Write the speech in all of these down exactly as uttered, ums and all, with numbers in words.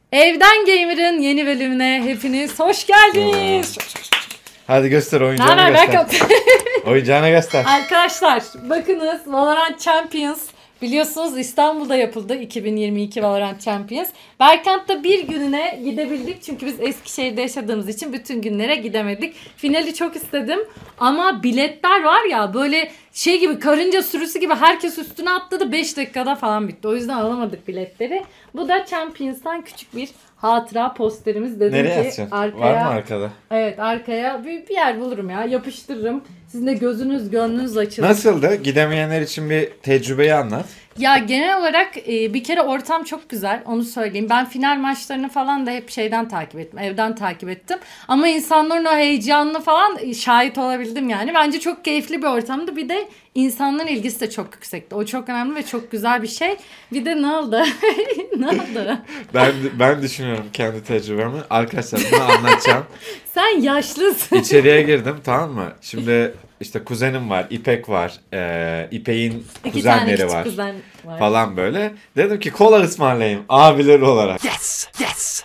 Evden Gamer'ın yeni bölümüne hepiniz hoş geldiniz. Hadi göster oyuncağını göster. Oyuncağını göster. Arkadaşlar bakınız Valorant Champions biliyorsunuz İstanbul'da yapıldı iki bin yirmi iki Valorant Champions. Berkant'ta bir gününe gidebildik çünkü biz Eskişehir'de yaşadığımız için bütün günlere gidemedik. Finali çok istedim ama biletler var ya böyle şey gibi karınca sürüsü gibi herkes üstüne atladı beş dakikada falan bitti. O yüzden alamadık biletleri. Bu da Champions'tan küçük bir hatıra posterimiz. Dedim nereye ki arkaya, var mı arkada? Evet arkaya bir, bir yer bulurum ya yapıştırırım. Sizin de gözünüz gönlünüz açılır. Nasıldı? Gidemeyenler için bir tecrübeyi anlat. Ya genel olarak e, bir kere ortam çok güzel onu söyleyeyim. Ben final maçlarını falan da hep şeyden takip ettim. Evden takip ettim. Ama insanların o heyecanını falan şahit olabildim yani. Bence çok keyifli bir ortamdı. Bir de insanların ilgisi de çok yüksekti. O çok önemli ve çok güzel bir şey. Bir de ne oldu? ne oldu? ben ben düşünüyorum kendi tecrübemi. Arkadaşlar bunu anlatacağım. Sen yaşlısın. İçeriye girdim, tamam mı? Şimdi işte kuzenim var, İpek var, e, İpek'in kuzenleri var, kuzen var falan böyle. Dedim ki kola ısmarlayayım abileri olarak. Yes, yes.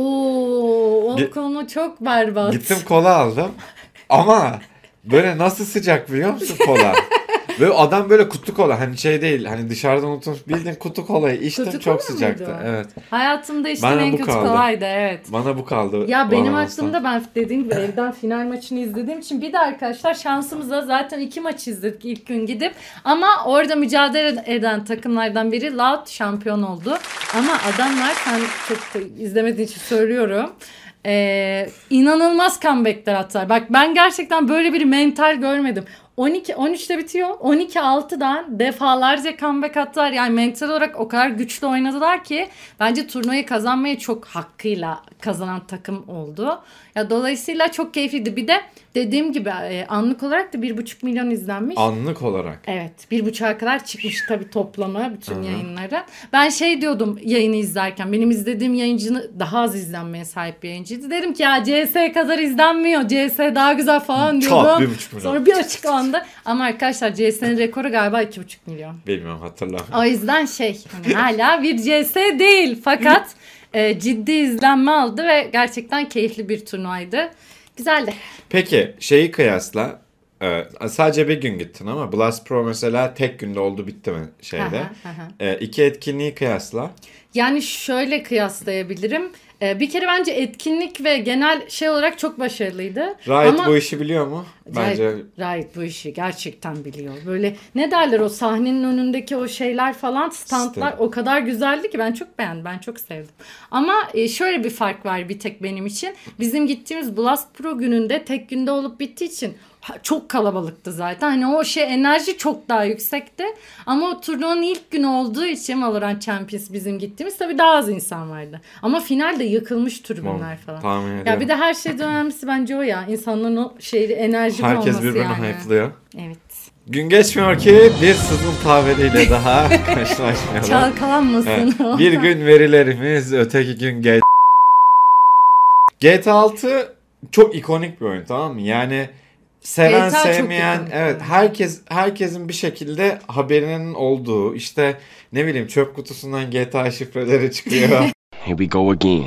Oo, o G- konu çok berbat. Gittim kola aldım ama böyle nasıl sıcak biliyor musun kola? Böyle adam böyle kutu kola, hani şey değil, hani dışarıdan unutmuş, bildiğin kutu kolayı içtim, kutu çok sıcaktı. Muydu? Evet. Hayatımda içtiğim en kötü kolaydı, evet. Bana bu kaldı. Ya benim aklımda, ben dediğim gibi evden final maçını izlediğim için bir de arkadaşlar şansımızla zaten iki maç izledik ilk gün gidip ama orada mücadele eden takımlardan biri Loud şampiyon oldu. Ama adamlar, sen çok izlemediğin için söylüyorum. Ee, inanılmaz comebackler attılar. Bak ben gerçekten böyle bir mental görmedim. on iki on üçte bitiyor. on iki altıdan defalarca comeback attılar. Yani mental olarak o kadar güçlü oynadılar ki bence turnuvayı kazanmayı çok hakkıyla kazanan takım oldu. Ya dolayısıyla çok keyifliydi. Bir de dediğim gibi anlık olarak da bir buçuk milyon izlenmiş. Anlık olarak. Evet. Bir buçuğa kadar çıkmış tabii toplama bütün Hı-hı. yayınlara. Ben şey diyordum yayını izlerken. Benim izlediğim yayıncı daha az izlenmeye sahip bir yayıncıydı. Dedim ki ya C S kadar izlenmiyor. C S daha güzel falan diyordum. Çok, bir buçuk milyon. Sonra bir açıklandı. Ama arkadaşlar C S'nin rekoru galiba iki buçuk milyon. Bilmiyorum, hatırlamıyorum. O yüzden şey hani hala bir C S değil fakat e, ciddi izlenme aldı ve gerçekten keyifli bir turnuvaydı. Güzeldi. Peki şeyi kıyasla. Ee, sadece bir gün gittin ama Blast Pro mesela tek günde oldu bitti mi şeyde? Aha, aha. Ee, iki etkinliği kıyasla. Yani şöyle kıyaslayabilirim. Ee, bir kere bence etkinlik ve genel şey olarak çok başarılıydı. Riot ama bu işi biliyor mu? Bence Riot, Riot bu işi gerçekten biliyor. Böyle ne derler o sahnenin önündeki o şeyler falan, standlar işte o kadar güzeldi ki ben çok beğendim. Ben çok sevdim. Ama şöyle bir fark var bir tek benim için. Bizim gittiğimiz Blast Pro gününde tek günde olup bittiği için çok kalabalıktı zaten. Hani o şey enerji çok daha yüksekti. Ama o turnuvanın ilk günü olduğu için Valorant Champions bizim gittiğimiz tabii daha az insan vardı. Ama finalde yıkılmış tribünler falan. Tahmin ediyorum. Ya bir de her şeyden önemlisi bence o ya. İnsanların o şeyli enerjik olması yani. Herkes birbirini hype'lıyor. Evet. Gün geçmiyor ki bir sızın tabiriyle daha karşılaşmayalım. Çalkalanmasın. Evet. Bir gün verilerimiz, öteki gün G T A. G T A altı çok ikonik bir oyun, tamam mı? Yani seven sevmeyen, evet, herkes herkesin bir şekilde haberinin olduğu, işte ne bileyim çöp kutusundan G T A şifreleri çıkıyor. Here we go again.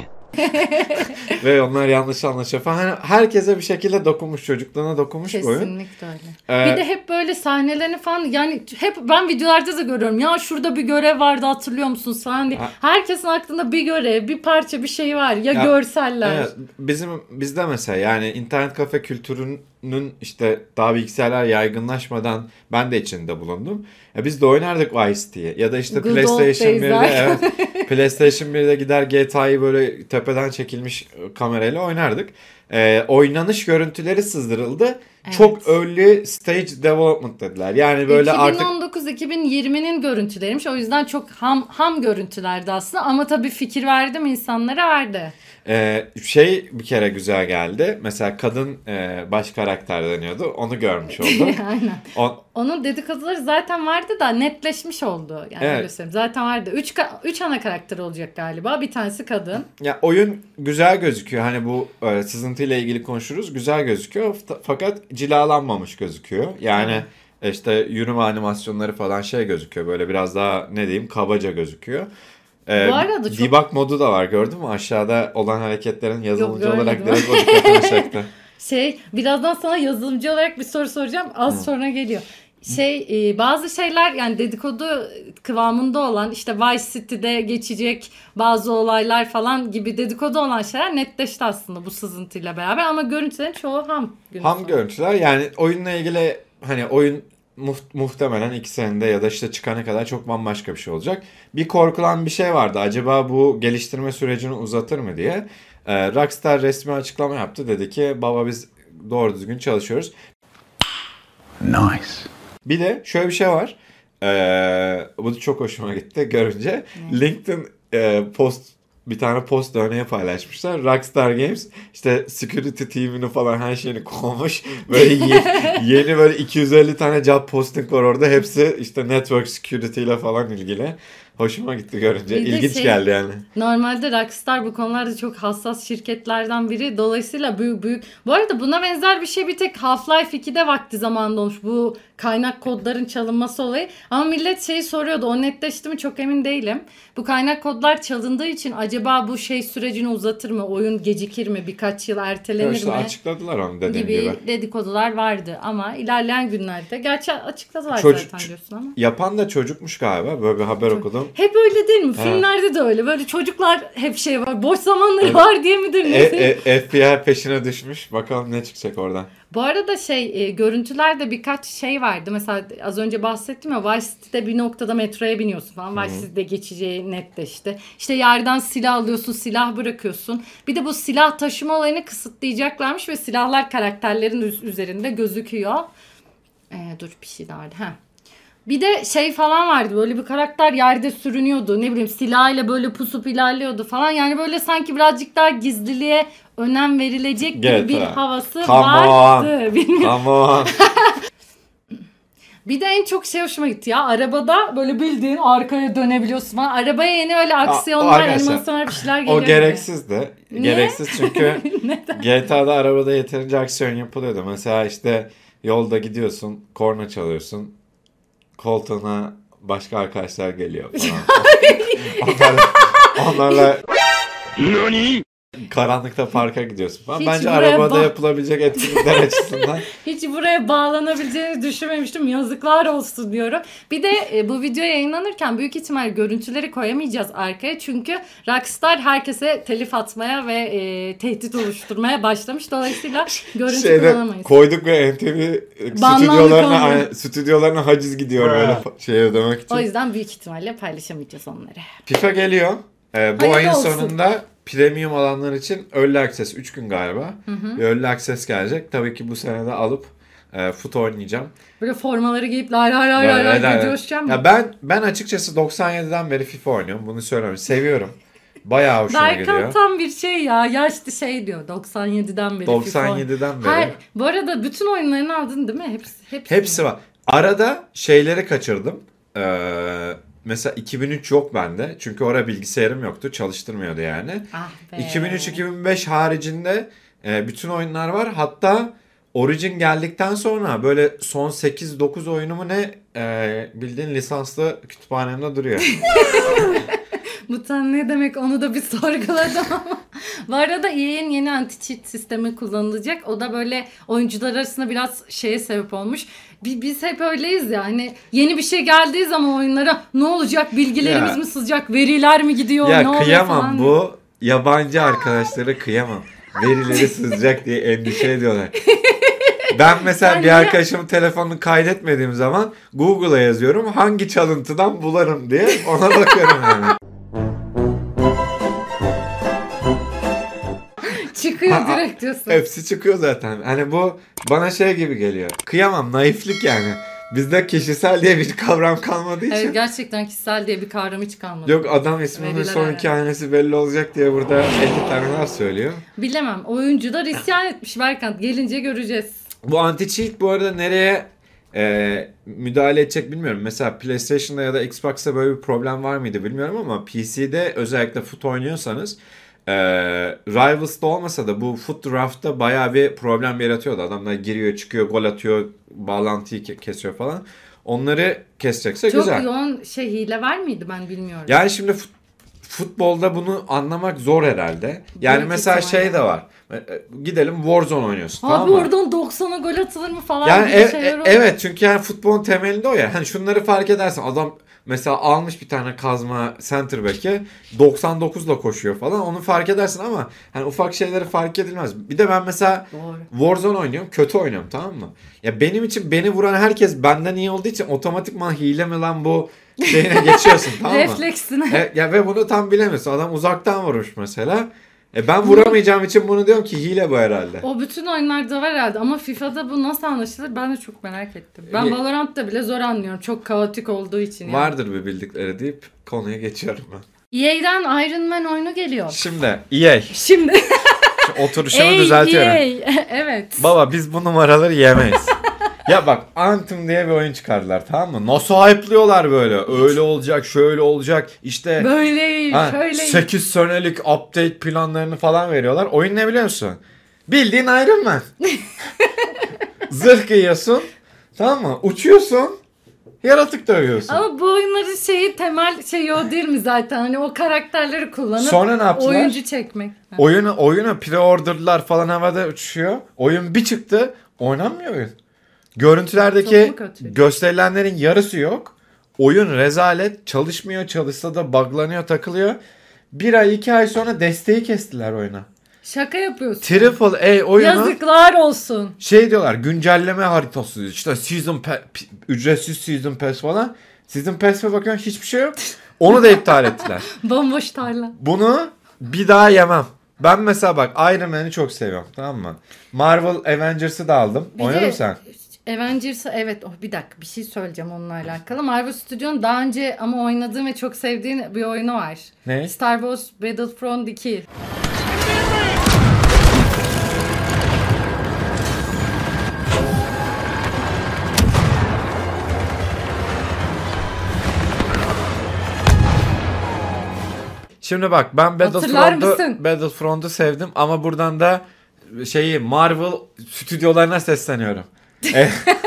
Ve onlar yanlış anlaşıyor falan. Hani herkese bir şekilde dokunmuş, çocukluğuna dokunmuş bu oyun. Kesinlikle öyle. Ee, bir de hep böyle sahnelerini falan, yani hep ben videolarda da görüyorum. Ya şurada bir görev vardı hatırlıyor musun falan diye. Herkesin aklında bir görev, bir parça bir şey var. Ya, ya görseller. Evet, bizim bizde mesela yani internet kafe kültürünün işte daha bilgisayarlar yaygınlaşmadan ben de içinde bulundum. Ya biz de oynardık Vice diye. Ya da işte Good PlayStation birde evet. PlayStation birde gider G T A'yı böyle tepeden çekilmiş kamerayla oynardık. Ee, oynanış görüntüleri sızdırıldı. Evet. Çok early stage development dediler. Yani böyle artık iki bin on dokuz iki bin yirminin görüntüleriymiş. O yüzden çok ham ham görüntülerdi aslında ama tabii fikir verdi mi insanlara, verdi. Ee, şey bir kere güzel geldi. Mesela kadın e, baş karakter deniyordu. Onu görmüş olduk. Aynen. O... Onun dedikoduları zaten vardı da netleşmiş oldu. Yani evet. Öyle söyleyeyim. Zaten vardı. Üç, üç ana karakter olacak galiba. Bir tanesi kadın. Ya oyun güzel gözüküyor. Hani bu e, sızıntıyla ilgili konuşuruz. Güzel gözüküyor. Fakat cilalanmamış gözüküyor. Yani evet. işte yürüme animasyonları falan şey gözüküyor. Böyle biraz daha ne diyeyim kabaca gözüküyor. Ee, Bu arada çok... Debug modu da var, gördün mü? Aşağıda olan hareketlerin yazılımcı Yok, olarak direkt o dikkatini çekti. Şey, birazdan sana yazılımcı olarak bir soru soracağım. Az Hı. sonra geliyor. Şey e, bazı şeyler yani dedikodu kıvamında olan işte Vice City'de geçecek bazı olaylar falan gibi dedikodu olan şeyler netleşti aslında bu sızıntıyla beraber ama görüntülerin çoğu ham. Ham sonra. Görüntüler yani oyunla ilgili hani oyun muht- muhtemelen iki senede ya da işte çıkana kadar çok bambaşka bir şey olacak. Bir korkulan bir şey vardı, acaba bu geliştirme sürecini uzatır mı diye. Ee, Rockstar resmi açıklama yaptı, dedi ki baba biz doğru düzgün çalışıyoruz. Nice. Bir de şöyle bir şey var. Ee, bu da çok hoşuma gitti görünce. Hmm. LinkedIn e, post bir tane post örneği paylaşmışlar. Rockstar Games işte security team'ini falan her şeyini kovmuş. Böyle yeni, yeni böyle iki yüz elli tane job posting var orada. Hepsi işte network security ile falan ilgili. Hoşuma gitti görünce. Bir İlginç şey, geldi yani. Normalde Rockstar bu konularda çok hassas şirketlerden biri. Dolayısıyla büyük büyük. Bu arada buna benzer bir şey bir tek Half-Life ikide vakti zamanında olmuş. Bu kaynak kodların çalınması olayı. Ama millet şeyi soruyordu. O netleşti mi çok emin değilim. Bu kaynak kodlar çalındığı için acaba bu şey sürecini uzatır mı? Oyun gecikir mi? Birkaç yıl ertelenir işte mi? Açıkladılar onu dediğim gibi. Gibi dedikodular vardı. Ama ilerleyen günlerde. Gerçi açıkladılar Çocuk, zaten diyorsun ama. Yapan da çocukmuş galiba. Böyle bir haber çok. okudum. Hep öyle değil mi? Filmlerde evet. de öyle. Böyle çocuklar hep şey var. Boş zamanları evet. var diye midir? E, e, F B I peşine düşmüş. Bakalım ne çıkacak oradan. Bu arada şey e, görüntülerde birkaç şey vardı. Mesela az önce bahsettim ya, Vice City'de bir noktada metroya biniyorsun falan. Vice City'de geçeceği netleşti. İşte yerden silah alıyorsun, silah bırakıyorsun. Bir de bu silah taşıma olayını kısıtlayacaklarmış ve silahlar karakterlerin üzerinde gözüküyor. Ee, dur bir şey daha vardı. Heh. Bir de şey falan vardı, böyle bir karakter yerde sürünüyordu, ne bileyim silahıyla böyle pusup ilerliyordu falan, yani böyle sanki birazcık daha gizliliğe önem verilecek gibi Get bir ha. havası Come vardı. Come on. Bir de en çok şey hoşuma gitti ya, arabada böyle bildiğin arkaya dönebiliyorsun falan. Arabaya yeni öyle aksiyonlar, animasyonlar bir şeyler geliyor. O gereksiz de. Gereksiz çünkü G T A'da arabada yeterince aksiyon yapılıyordu. Mesela işte yolda gidiyorsun, korna çalıyorsun. Koltuğuna başka arkadaşlar geliyor falan. onlarla, onlarla karanlıkta parka gidiyorsun falan. Hiç Bence arabada ba- yapılabilecek etkinlikler açısından. Hiç buraya bağlanabileceğini düşünmemiştim. Yazıklar olsun diyorum. Bir de e, bu video yayınlanırken büyük ihtimal görüntüleri koyamayacağız arkaya. Çünkü Rockstar herkese telif atmaya ve e, tehdit oluşturmaya başlamış. Dolayısıyla görüntü Şeyde, kullanamayız. Koyduk ve N T V stüdyolarına, stüdyolarına haciz gidiyor öyle şey ödemek için. O yüzden büyük ihtimalle paylaşamayacağız onları. FIFA geliyor. Ee, bu Hayırlı ayın olsun. sonunda premium alanlar için Early Access üç gün galiba. Hı hı. Bir Early Access gelecek. Tabii ki bu senede alıp e, fut oynayacağım. Böyle formaları giyip lay lay lay lay lay gidiyorsun. Ya ben ben açıkçası doksan yediden beri FIFA oynuyorum. Bunu söylüyorum. Seviyorum. Bayağı hoşuma Berkan gidiyor. Berkan tam bir şey ya. Yaşlı şey diyor. doksan yediden beri doksan yediden FIFA beri. Her, bu arada bütün oyunlarını aldın değil mi? Hepsi, hepsi, hepsi var. Arada şeyleri kaçırdım. Eee Mesela iki bin üç yok bende. Çünkü orada bilgisayarım yoktu. Çalıştırmıyordu yani. Ah iki bin üç iki bin beş haricinde e, bütün oyunlar var. Hatta Origin geldikten sonra böyle son sekiz dokuz oyunumu ne e, bildiğin lisanslı kütüphanemde duruyor. Bu tam ne demek, onu da bir sorguladım ama. Bu arada E A'nin yeni anti-cheat sistemi kullanılacak. O da böyle oyuncular arasında biraz şeye sebep olmuş. Biz hep öyleyiz ya, hani yeni bir şey geldiği zaman oyunlara ne olacak, bilgilerimiz ya, mi sızacak, veriler mi gidiyor, ya, ne oluyor kıyamam falan. Bu yabancı arkadaşlara kıyamam. Verileri sızacak diye endişe ediyorlar. Ben mesela ben bir arkadaşımın telefonunu kaydetmediğim zaman Google'a yazıyorum, hangi çalıntıdan bularım diye, ona bakıyorum yani. Çıkıyor ha, direkt diyorsun. Hepsi çıkıyor zaten. Hani bu bana şey gibi geliyor. Kıyamam, naiflik yani. Bizde kişisel diye bir kavram kalmadığı için. Evet, gerçekten kişisel diye bir kavram hiç kalmadı. Yok, adam isminin son iki hanesi belli olacak diye burada elli tane daha söylüyor. Bilemem. Oyuncular isyan etmiş Berkant. Gelince göreceğiz. Bu anti-cheat bu arada nereye e, müdahale edecek bilmiyorum. Mesela PlayStation'da ya da Xbox'ta böyle bir problem var mıydı bilmiyorum ama P C'de özellikle fut oynuyorsanız e, Rivals'da olmasa da bu Foot Draft'ta bayağı bir problem yaratıyordu. Adamlar giriyor, çıkıyor, gol atıyor, bağlantıyı kesiyor falan. Onları kesecekse Çok güzel. Çok yoğun şey hile var mıydı, ben bilmiyorum. Yani şimdi futbolda bunu anlamak zor herhalde. Yani Büyük mesela ihtimalle. şey de var. Gidelim Warzone oynuyorsun, Abi tamam mı? oradan doksana gol atılır mı falan Yani gibi ev- şeyler e- oluyor. evet, çünkü yani futbolun temelinde o ya. Hani şunları fark edersin. Adam mesela almış bir tane kazma center back'e doksan dokuzla koşuyor falan. Onu fark edersin ama hani ufak şeyleri fark edilmez. Bir de ben mesela Doğru. Warzone oynuyorum. Kötü oynuyorum, tamam mı? Ya benim için beni vuran herkes benden iyi olduğu için otomatikman hile mi lan bu şeyine geçiyorsun, tamam mı? Refleksine. E, ya ve bunu tam bilemiyorsun. Adam uzaktan vurmuş mesela. E ben vuramayacağım için bunu diyorum ki hile bu herhalde. O bütün oyunlarda var herhalde ama FIFA'da bu nasıl anlaşılır ben de çok merak ettim. Ben Ye- Valorant'ta bile zor anlıyorum. Çok kaotik olduğu için. Yani. Vardır bir bildikleri deyip konuya geçiyorum ben. E A'den Iron Man oyunu geliyor. Şimdi E A. Şimdi. Şu oturuşumu Ey, düzeltiyorum. ey. Evet. Baba biz bu numaraları yemeyiz. Ya bak, Anthem diye bir oyun çıkardılar, tamam mı? Nasıl hype'lıyorlar böyle. Öyle olacak, şöyle olacak. İşte Böyle ha, şöyle. sekiz senelik update planlarını falan veriyorlar. Oyun ne biliyor musun? Bildiğin Iron Man. Zırh giyiyorsun. Tamam mı? Uçuyorsun. Yaratık dövüyorsun. Ama bu oyunların şeyi temel şeyi o değil mi zaten? Hani o karakterleri kullanıp Sonra ne yaptılar? oyuncu çekmek. Ha. Oyunu, oyunu pre-order'lar falan havada uçuşuyor. Oyun bir çıktı. Oynanmıyor oyun. Görüntülerdeki Çok mu kötü? gösterilenlerin yarısı yok. Oyun rezalet. Çalışmıyor. Çalışsa da buglanıyor, takılıyor. Bir ay iki ay sonra desteği kestiler oyuna. Şaka yapıyorsun. Triple A oyunu Yazıklar olsun. şey diyorlar, güncelleme haritası işte season pa- p- ücretsiz season pass falan. Season pass'e bakıyorsun hiçbir şey yok. Onu da iptal ettiler. Bomboş tarla. Bunu bir daha yemem. Ben mesela bak Iron Man'i çok seviyorum, tamam mı? Marvel Avengers'ı da aldım. Bir Oynadın de mı sen? Avengers'ı evet. Oh, bir dakika bir şey söyleyeceğim onunla alakalı. Marvel Studios'un daha önce ama oynadığım ve çok sevdiğin bir oyunu var. Ne? Star Wars Battlefront iki. Şimdi bak ben Hatırlar Battlefront'u mısın? Battlefront'u sevdim ama buradan da şeyi Marvel stüdyolarına sesleniyorum. E,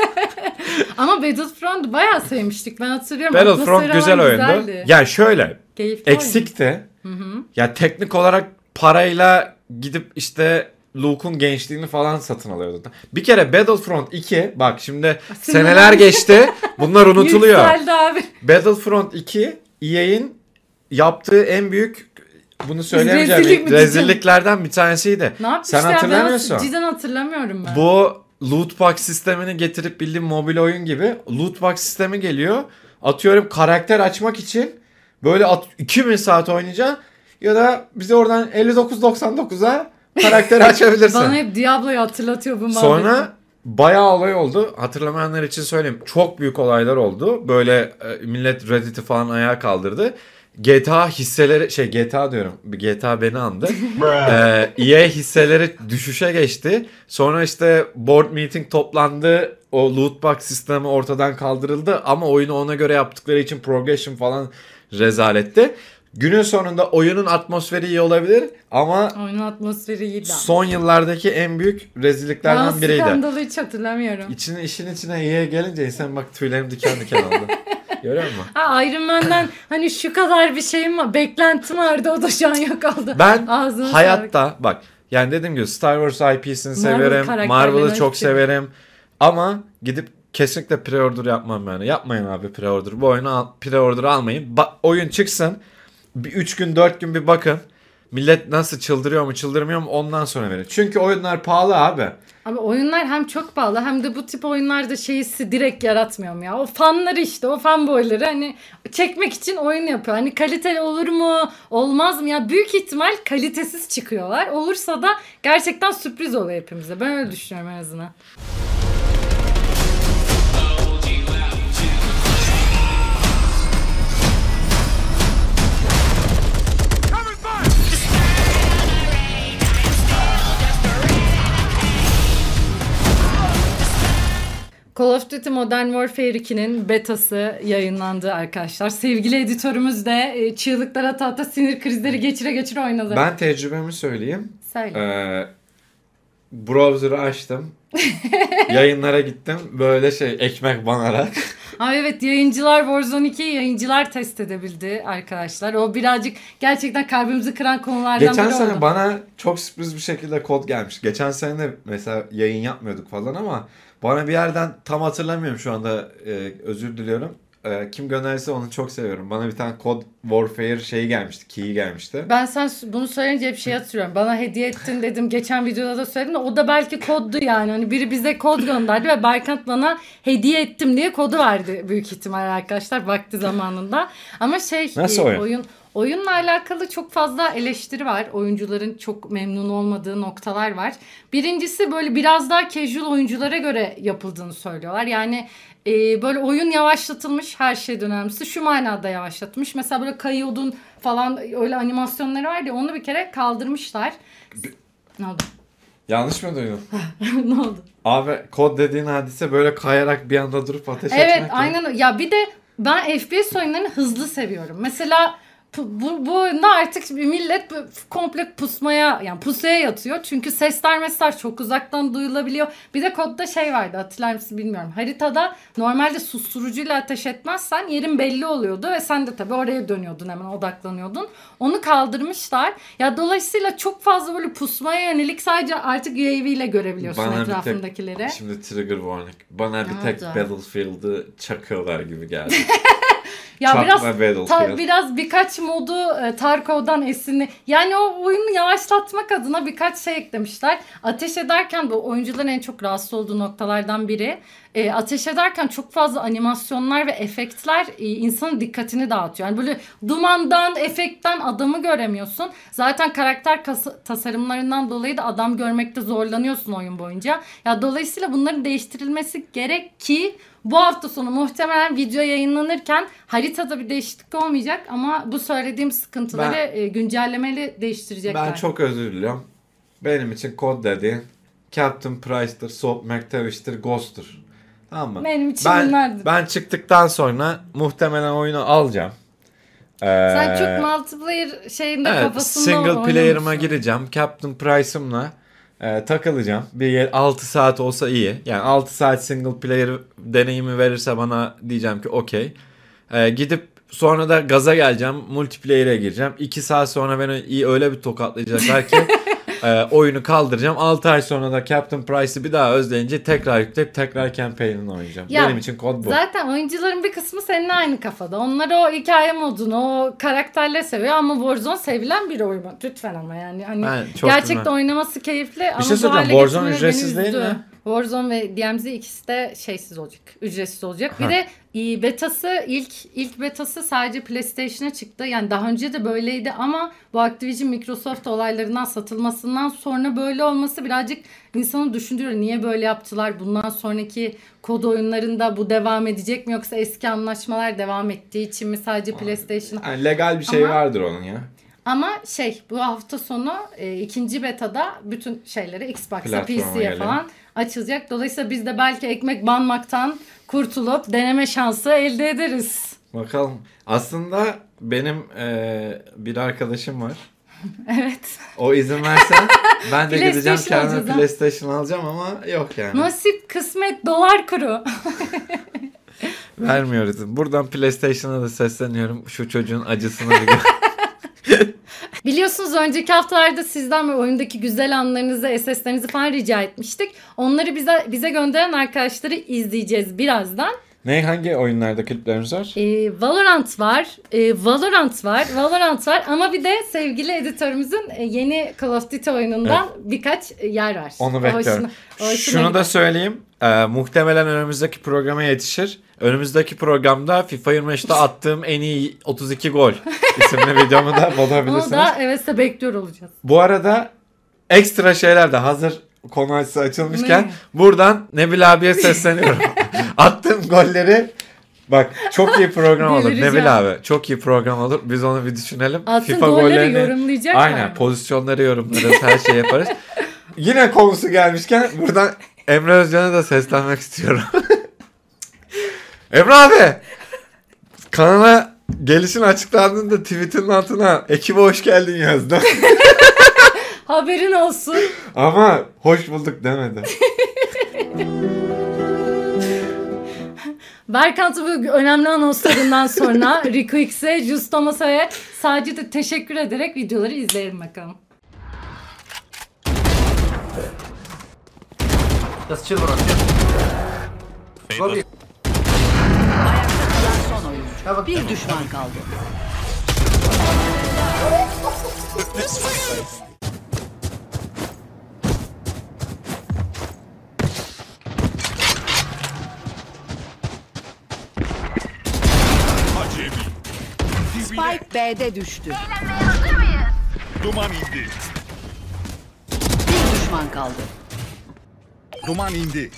Ama Battlefront bayağı sevmiştik. Ben hatırlıyorum. Battlefront Atmosferi güzel falan oyundu. güzeldi. Yani şöyle Keyifli oyun. eksikti. Ya teknik olarak parayla gidip işte Luke'un gençliğini falan satın alıyordun. Bir kere Battlefront iki bak şimdi Sinirlendim. seneler geçti. Bunlar unutuluyor. Yükseldi abi. Battlefront iki E A'in yaptığı en büyük, bunu söyleyemeyeceğim, Rezillik mi diyeceğim? rezilliklerden bir tanesiydi. Ne yapmışlar? Sen hatırlamıyorsun. Ben cidden hatırlamıyorum ben. Bu loot box sistemini getirip bildiğin mobil oyun gibi loot box sistemi geliyor. Atıyorum karakter açmak için böyle at- iki bin saat oynayacaksın ya da bize oradan elli dokuz doksan dokuza karakteri açabilirsin. Bana hep Diablo'yu hatırlatıyor bu muhabbet. Sonra bayağı olay oldu. Hatırlamayanlar için söyleyeyim. Çok büyük olaylar oldu. Böyle e, millet Reddit'i falan ayağa kaldırdı. G T A hisseleri şey G T A diyorum. G T A beni andı. ee, E A hisseleri düşüşe geçti. Sonra işte board meeting toplandı. O loot box sistemi ortadan kaldırıldı. Ama oyunu ona göre yaptıkları için progression falan rezaletti. Günün sonunda oyunun atmosferi iyi olabilir ama Oyunun atmosferi iyiydi. son yıllardaki en büyük rezilliklerden Ben biriydi. skandalı hiç hatırlamıyorum. İçine, işin içine E A gelince insan bak tüylerim diken diken oldu. Görüyor musun? Ha, Iron Man'den hani şu kadar bir şeyim var. Beklentim vardı. O da şu an yok oldu. Ben Ağzına hayatta bak yani dediğim gibi Star Wars I P'sini Marvel severim. karakterleri Marvel'ı çok hiçbir- severim. Ama gidip kesinlikle pre-order yapmam yani. Yapmayın abi pre-order. Bu oyunu al, pre-order almayın. Ba- oyun çıksın. Bir üç gün dört gün bir bakın. Millet nasıl çıldırıyor mu çıldırmıyor mu ondan sonra verin. Çünkü oyunlar pahalı abi. Abi oyunlar hem çok pahalı hem de bu tip oyunlarda şeysi direkt yaratmıyorum ya. O fanları işte o fanboyları hani çekmek için oyun yapıyor. Hani kaliteli olur mu olmaz mı ya büyük ihtimal kalitesiz çıkıyorlar. Olursa da gerçekten sürpriz oluyor hepimize. Ben öyle düşünüyorum en azından. Call of Duty Modern Warfare ikinin betası yayınlandı arkadaşlar. Sevgili editörümüz de e, çığlıklar ata ata sinir krizleri geçire geçire oynadı. Ben tecrübemi söyleyeyim. Söyle. Ee, browser'ı açtım. Yayınlara gittim böyle şey ekmek banarak. Ama evet, yayıncılar Warzone ikiyi yayıncılar test edebildi arkadaşlar. O birazcık gerçekten kalbimizi kıran konulardan Geçen biri oldu. sene bana çok sürpriz bir şekilde kod gelmiş. Geçen sene de mesela yayın yapmıyorduk falan ama bana bir yerden tam hatırlamıyorum şu anda, e, özür diliyorum. E, kim gönderirse onu çok seviyorum. Bana bir tane Code Warfare şeyi gelmişti, key'i gelmişti. Ben sen bunu söyleyince hep şey hatırlıyorum. Bana hediye ettin dedim. Geçen videoda da söyledim de o da belki koddu yani. Hani biri bize kod gönderdi ve Berkant bana hediye ettim diye kodu verdi büyük ihtimal arkadaşlar vakti zamanında. Ama şey Nasıl e, oyun? oyun Oyunla alakalı çok fazla eleştiri var. Oyuncuların çok memnun olmadığı noktalar var. Birincisi böyle biraz daha casual oyunculara göre yapıldığını söylüyorlar. Yani e, böyle oyun yavaşlatılmış, her şeyden önemlisi. Şu manada yavaşlatılmış. Mesela böyle kayıyordun falan, öyle animasyonları var ya, onu bir kere kaldırmışlar. Ne oldu? Yanlış mı duydum? Ne oldu? Abi kod dediğin hadise böyle kayarak bir anda durup ateş Evet, etmek. aynen. Ya. ya bir de ben F P S oyunlarını hızlı seviyorum. Mesela bu, bu oyunda artık millet komple pusmaya, yani pusuya yatıyor. Çünkü sesler mesler çok uzaktan duyulabiliyor. Bir de kodda şey vardı, hatırlar mısın bilmiyorum. Haritada normalde susturucuyla ateş etmezsen yerin belli oluyordu ve sen de tabii oraya dönüyordun, hemen odaklanıyordun. Onu kaldırmışlar. Ya dolayısıyla çok fazla böyle pusmaya yönelik sadece artık U A V ile görebiliyorsun Bana etrafındakileri. Bir tek, şimdi trigger warning. Bana Ne bir tek oldu? Battlefield'ı çakıyorlar gibi geldi. Ya Çakma biraz Battlefield. ta, biraz birkaç modu e, Tarkov'dan esinli. Yani o oyunu yavaşlatmak adına birkaç şey eklemişler. Ateş ederken bu oyuncuların en çok rahatsız olduğu noktalardan biri. E, ateş ederken çok fazla animasyonlar ve efektler e, insanın dikkatini dağıtıyor. Yani böyle dumandan, efektten adamı göremiyorsun. Zaten karakter kas- tasarımlarından dolayı da adam görmekte zorlanıyorsun oyun boyunca. Ya dolayısıyla bunların değiştirilmesi gerek ki bu hafta sonu muhtemelen video yayınlanırken haritada bir değişiklik olmayacak ama bu söylediğim sıkıntıları Ben- e, güncellemeli değiştirecekler. Ben çok özür diliyorum. Benim için kod dediğin Captain Price'tır, Soap McTavish'tir, Ghost'tur. Tamam mı? Benim için ben, bunlardır. Ben çıktıktan sonra muhtemelen oyunu alacağım. Ee, Sen çok multiplayer şeyinde evet, kafasında single oynamışsın. player'ıma gireceğim. Captain Price'ımla e, takılacağım. Bir altı saat olsa iyi. Yani altı saat single player deneyimi verirse bana diyeceğim ki okey. E, gidip sonra da gaza geleceğim. Multiplayer'e gireceğim. iki saat sonra beni iyi öyle bir tokatlayacaklar ki e, oyunu kaldıracağım. altı ay sonra da Captain Price'ı bir daha özleyince tekrar yükleyip tekrar campaign'ini oynayacağım. Ya, Benim için kod bu. Zaten oyuncuların bir kısmı seninle aynı kafada. Onlar o hikaye modunu, o karakterleri seviyor ama Warzone sevilen bir oyun. Lütfen ama yani. Hani Ben çok gerçekten bilmem. oynaması keyifli ama şey bu söyleyeceğim, hale Warzone getirmeleri ücretsiz beni değil üzdü. mi? Warzone ve D M Z ikisi de şeysiz olacak. Ücretsiz olacak. Ha. Bir de e, betası ilk ilk betası sadece PlayStation'a çıktı. Yani daha önce de böyleydi ama bu Activision Microsoft olaylarından satılmasından sonra böyle olması birazcık insanı düşündürüyor. Niye böyle yaptılar? Bundan sonraki kod oyunlarında bu devam edecek mi, yoksa eski anlaşmalar devam ettiği için mi sadece PlayStation? Yani legal bir şey Ama- vardır onun ya. Ama şey, bu hafta sonu e, ikinci betada bütün şeyleri Xbox'a, P Platforma C'ye geliyor. falan açılacak. Dolayısıyla biz de belki ekmek banmaktan kurtulup deneme şansı elde ederiz. Bakalım. Aslında benim e, bir arkadaşım var. Evet. O izin verse ben de gideceğim PlayStation kendime alacağız ha. PlayStation alacağım ama yok yani. Nasip, kısmet, dolar kuru. Vermiyoruz. Buradan PlayStation'a da sesleniyorum. Şu çocuğun acısını bir gör. Biliyorsunuz önceki haftalarda sizden ve oyundaki güzel anlarınızı, S S'lerinizi falan rica etmiştik. Onları bize bize gönderen arkadaşları izleyeceğiz birazdan. Ne, hangi oyunlarda kliplerimiz var? Ee, Valorant var. Ee, Valorant var. Valorant var ama bir de sevgili editörümüzün e, yeni Call of Duty oyunundan birkaç e, yer var. Onu O bekliyorum. hoşuna- o hoşuna Şunu da gider. söyleyeyim. Ee, muhtemelen önümüzdeki programa yetişir. Önümüzdeki programda FIFA yirmi beşte attığım en iyi otuz iki gol isimli videomu da Onu bulabilirsiniz. da hevesle bekliyor olacağız. Bu arada ekstra şeyler de hazır konu açısı açılmışken Ne? buradan Nebil abiye sesleniyorum. Attığım golleri bak, çok iyi program olur Delireceğim. Nebil abi. Çok iyi program olur. Biz onu bir düşünelim. Attığın golleri yorumlayacaklar Aynen, mı? pozisyonları yorumlarız, her şey yaparız. Yine konusu gelmişken buradan Emre Özcan'a da seslenmek istiyorum. Emre abi, kanala gelişin açıklandığında tweet'in altına ekibe hoş geldin yazdım. Haberin olsun. Ama hoş bulduk demedi. Berkant'ı bu önemli anonslarından sonra Rico X'e, Just Thomas'a sadece de teşekkür ederek videoları izleyelim bakalım. Just chill bro. Bobby. Ayakta kalan son oyuncu. Bir düşman kaldı. Spike B'de düştü. Duman indi. Bir düşman kaldı. Duman indi.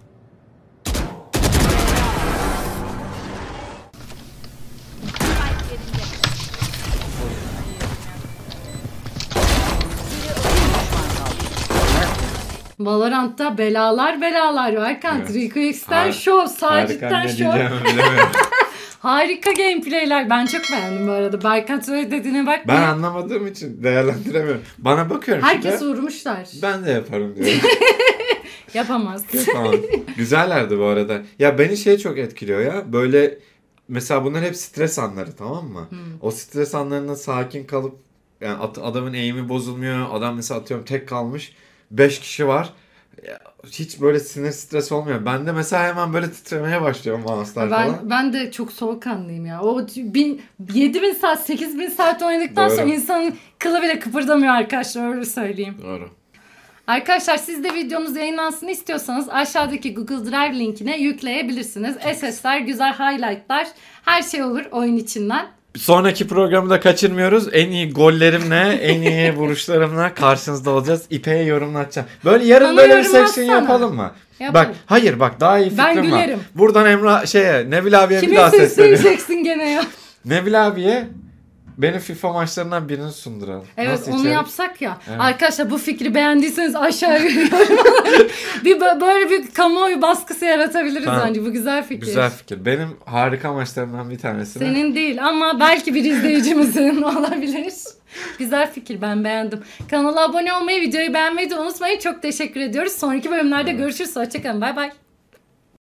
Valorant'ta belalar belalar Berkant. Evet. Rico X'ten Har- şov, Harika, Sacit'ten ne şov. diyeceğimi bilemiyorum. Harika gameplayler. Ben çok beğendim bu arada. Berkant öyle dediğine bak. Ben anlamadığım için değerlendiremiyorum. Bana bakıyorum Herkes şurada, vurmuşlar. ben de yaparım diyorum. Yapamaz. Tamam. Güzellerdi bu arada. Ya beni şey çok etkiliyor ya. Böyle mesela bunlar hep stres anları, tamam mı? Hmm. O stres anlarında sakin kalıp yani at- adamın eğimi bozulmuyor. Adam mesela atıyorum tek kalmış. beş kişi var. Ya, hiç böyle sinir stres olmuyor. Ben de mesela hemen böyle titremeye başlıyorum mouse'lar falan. Ben, ben de çok soğukkanlıyım ya. O bin, yedi bin saat, sekiz bin saat oynadıktan Doğru. sonra insanın kılı bile kıpırdamıyor arkadaşlar. Öyle söyleyeyim. Doğru. Arkadaşlar siz de videomuz yayınlansın istiyorsanız aşağıdaki Google Drive linkine yükleyebilirsiniz. S S'ler, güzel highlightlar, her şey olur oyun içinden. Sonraki programı da kaçırmıyoruz. En iyi gollerimle, en iyi vuruşlarımla karşınızda olacağız. İpek'e yorumlatacağım. Böyle yarın Bana böyle bir section yorumlatsana. yapalım mı? Yapalım. Bak hayır bak daha iyi fikrim Ben var. gülerim. Buradan Emrah şeye Nebil abiye bir Kimin daha sesini sesleniyorum. seveceksin gene ya? Nebil abiye benim FIFA maçlarından birini sunduralım. Evet Nasıl onu içerik? yapsak ya. Evet. Arkadaşlar bu fikri beğendiyseniz aşağıya yorumlara bir bö- böyle bir kamuoyu baskısı yaratabiliriz Tamam. bence. Bu güzel fikir. Güzel fikir. Benim harika maçlarımdan bir tanesini. Senin değil ama belki bir izleyicimizin olabilir. Güzel fikir, ben beğendim. Kanala abone olmayı, videoyu beğenmeyi de unutmayın. Çok teşekkür ediyoruz. Sonraki bölümlerde görüşürüz. Hoşçakalın. Bay bay.